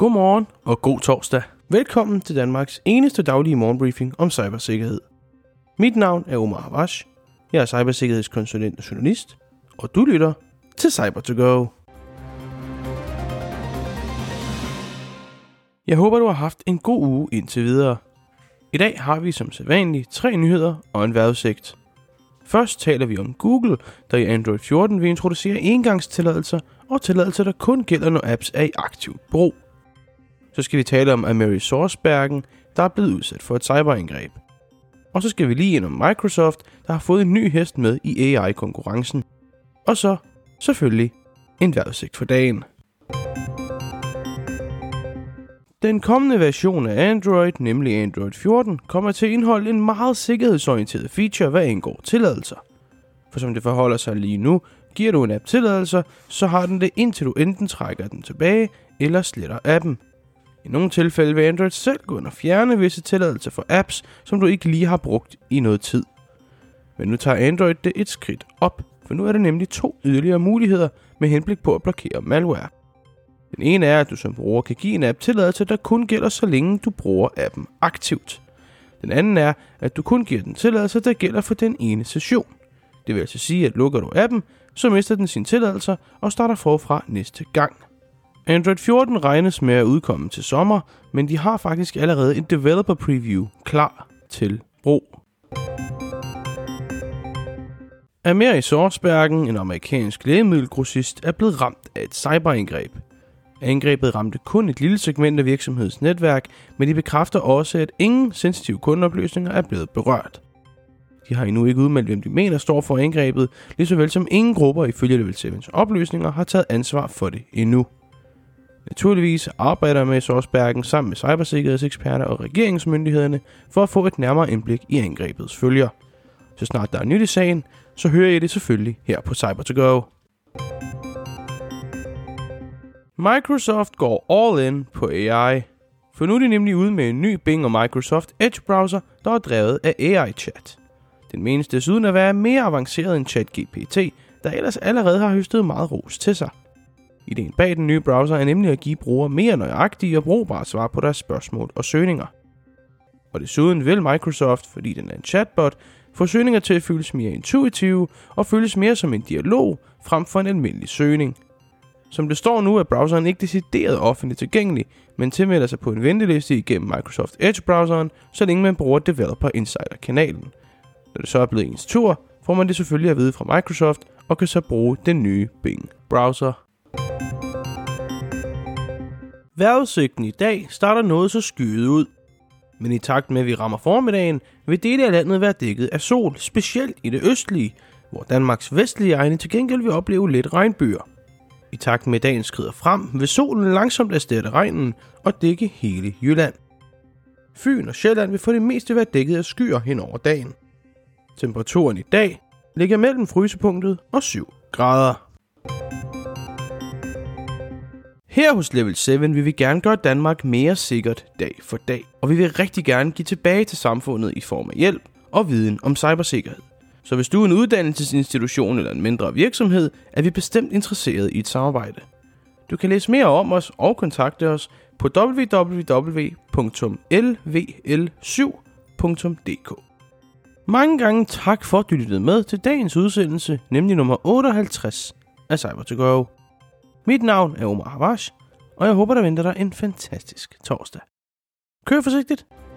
Godmorgen og god torsdag. Velkommen til Danmarks eneste daglige morgenbriefing om cybersikkerhed. Mit navn er Omar Havash. Jeg er cybersikkerhedskonsulent og journalist, og du lytter til Cyber to Go. Jeg håber, du har haft en god uge indtil videre. I dag har vi som sædvanligt 3 nyheder og en vejrudsigt. Først taler vi om Google, der i Android 14 vil introducere engangstilladelser og tilladelser, der kun gælder, når apps er i aktivt brug. Så skal vi tale om Amerisourcebergen, der er blevet udsat for et cyberangreb. Og så skal vi lige ind om Microsoft, der har fået en ny hest med i AI-konkurrencen. Og så, selvfølgelig, en vejrudsigt for dagen. Den kommende version af Android, nemlig Android 14, kommer til at indeholde en meget sikkerhedsorienteret feature, hvad angår tilladelser. For som det forholder sig lige nu, giver du en app tilladelser, så har den det indtil du enten trækker den tilbage eller sletter appen. I nogle tilfælde vil Android selv gå ind og fjerne visse tilladelser for apps, som du ikke lige har brugt i noget tid. Men nu tager Android det et skridt op, for nu er der nemlig 2 yderligere muligheder med henblik på at blokere malware. Den ene er, at du som bruger kan give en app tilladelse, der kun gælder så længe du bruger appen aktivt. Den anden er, at du kun giver den tilladelse, der gælder for den ene session. Det vil altså sige, at lukker du appen, så mister den sine tilladelser og starter forfra næste gang. Android 14 regnes med at udkomme til sommer, men de har faktisk allerede en developer preview klar til brug. Amerisourcebergen, en amerikansk lægemiddelgrossist, er blevet ramt af et cyberangreb. Angrebet ramte kun et lille segment af virksomhedens netværk, men de bekræfter også, at ingen sensitive kundeoplysninger er blevet berørt. De har endnu ikke udmeldt, hvem de mener står for angrebet, lige så vel som ingen grupper ifølge Level 7's oplysninger har taget ansvar for det endnu. Naturligvis arbejder Amerisourcebergen sammen med cybersikkerhedseksperter og regeringsmyndighederne for at få et nærmere indblik i angrebets følger. Så snart der er nyt i sagen, så hører I det selvfølgelig her på Cyber to Go. Microsoft går all in på AI. For nu er de nemlig ude med en ny Bing og Microsoft Edge browser, der er drevet af AI-chat. Den menes desuden at være mere avanceret end ChatGPT, der ellers allerede har høstet meget ros til sig. Ideen bag den nye browser er nemlig at give brugere mere nøjagtige og brugbare svar på deres spørgsmål og søgninger. Og desuden vil Microsoft, fordi den er en chatbot, få søgninger til at føles mere intuitive og føles mere som en dialog frem for en almindelig søgning. Som det står nu, er browseren ikke decideret offentligt tilgængelig, men tilmelder sig på en venteliste igennem Microsoft Edge-browseren, så længe man bruger Developer Insider-kanalen. Når det så er blevet ens tur, får man det selvfølgelig at vide fra Microsoft og kan så bruge den nye Bing-browser. Vejrudsigten i dag starter noget så skyet ud. Men i takt med, at vi rammer formiddagen, vil dele af landet være dækket af sol, specielt i det østlige, hvor Danmarks vestlige egne til gengæld vil opleve lidt regnbyer. I takt med, at dagen skrider frem, vil solen langsomt erstatte regnen og dække hele Jylland. Fyn og Sjælland vil for det meste være dækket af skyer hen over dagen. Temperaturen i dag ligger mellem frysepunktet og 7 grader. Her hos Level 7 vil vi gerne gøre Danmark mere sikkert dag for dag, og vi vil rigtig gerne give tilbage til samfundet i form af hjælp og viden om cybersikkerhed. Så hvis du er en uddannelsesinstitution eller en mindre virksomhed, er vi bestemt interesseret i et samarbejde. Du kan læse mere om os og kontakte os på www.lvl7.dk. Mange gange tak for, at du lyttede med til dagens udsendelse, nemlig nummer 58 af Cyber to Go. Mit navn er Omar Havash, og jeg håber, der venter dig en fantastisk torsdag. Kør forsigtigt!